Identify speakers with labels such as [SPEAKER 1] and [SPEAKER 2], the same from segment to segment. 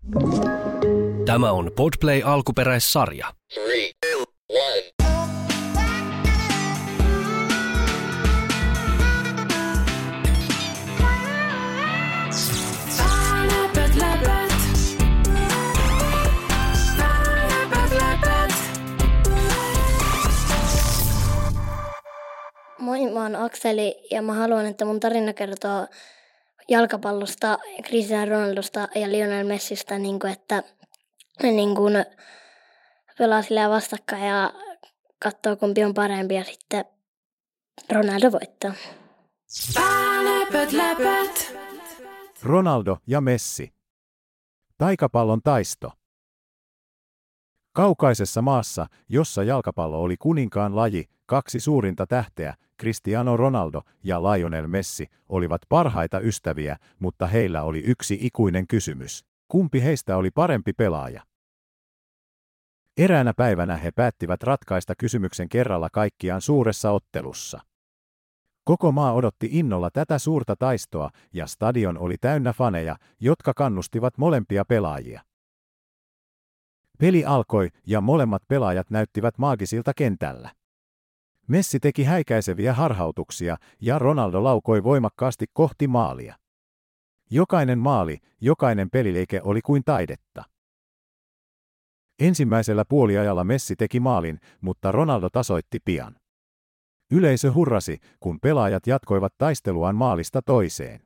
[SPEAKER 1] Tämä on Podplay alkuperäissarja.
[SPEAKER 2] 3, 2, 1.
[SPEAKER 3] Moi, mä oon Akseli ja mä haluan, että mun tarina kertoo jalkapallosta, Cristiano Ronaldosta ja Lionel Messistä, että ne pelaa silleen vastakkain ja katsoo kumpi on parempi ja sitten Ronaldo voittaa.
[SPEAKER 4] Ronaldo ja Messi. Taikapallon taisto. Kaukaisessa maassa, jossa jalkapallo oli kuninkaan laji, kaksi suurinta tähteä, Cristiano Ronaldo ja Lionel Messi, olivat parhaita ystäviä, mutta heillä oli yksi ikuinen kysymys. Kumpi heistä oli parempi pelaaja? Eräänä päivänä he päättivät ratkaista kysymyksen kerralla kaikkiaan suuressa ottelussa. Koko maa odotti innolla tätä suurta taistoa ja stadion oli täynnä faneja, jotka kannustivat molempia pelaajia. Peli alkoi ja molemmat pelaajat näyttivät maagisilta kentällä. Messi teki häikäiseviä harhautuksia ja Ronaldo laukoi voimakkaasti kohti maalia. Jokainen maali, jokainen peliliike oli kuin taidetta. Ensimmäisellä puoliajalla Messi teki maalin, mutta Ronaldo tasoitti pian. Yleisö hurrasi, kun pelaajat jatkoivat taisteluaan maalista toiseen.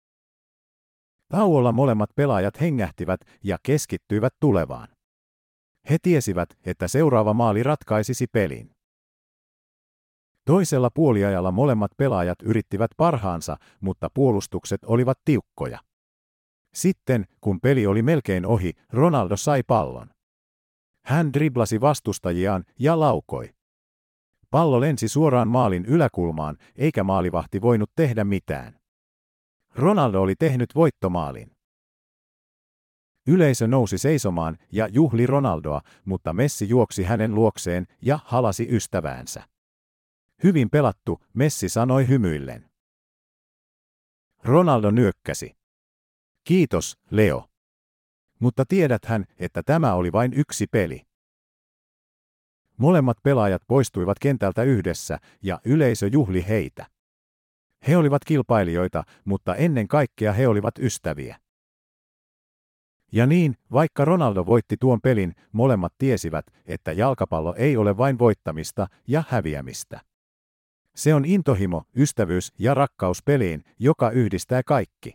[SPEAKER 4] Tauolla molemmat pelaajat hengähtivät ja keskittyivät tulevaan. He tiesivät, että seuraava maali ratkaisisi pelin. Toisella puoliajalla molemmat pelaajat yrittivät parhaansa, mutta puolustukset olivat tiukkoja. Sitten, kun peli oli melkein ohi, Ronaldo sai pallon. Hän driblasi vastustajiaan ja laukoi. Pallo lensi suoraan maalin yläkulmaan, eikä maalivahti voinut tehdä mitään. Ronaldo oli tehnyt voittomaalin. Yleisö nousi seisomaan ja juhli Ronaldoa, mutta Messi juoksi hänen luokseen ja halasi ystäväänsä. Hyvin pelattu, Messi sanoi hymyillen. Ronaldo nyökkäsi. Kiitos, Leo. Mutta tiedäthän, että tämä oli vain yksi peli. Molemmat pelaajat poistuivat kentältä yhdessä ja yleisö juhli heitä. He olivat kilpailijoita, mutta ennen kaikkea he olivat ystäviä. Ja niin, vaikka Ronaldo voitti tuon pelin, molemmat tiesivät, että jalkapallo ei ole vain voittamista ja häviämistä. Se on intohimo, ystävyys ja rakkaus peliin, joka yhdistää kaikki.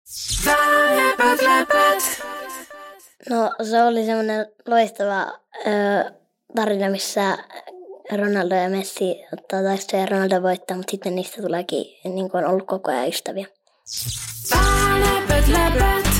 [SPEAKER 3] No, se oli semmoinen loistava tarina, missä Ronaldo ja Messi ottaa taistoa ja Ronaldo voittaa, mutta sitten niistä tuleekin on ollut koko ajan ystäviä.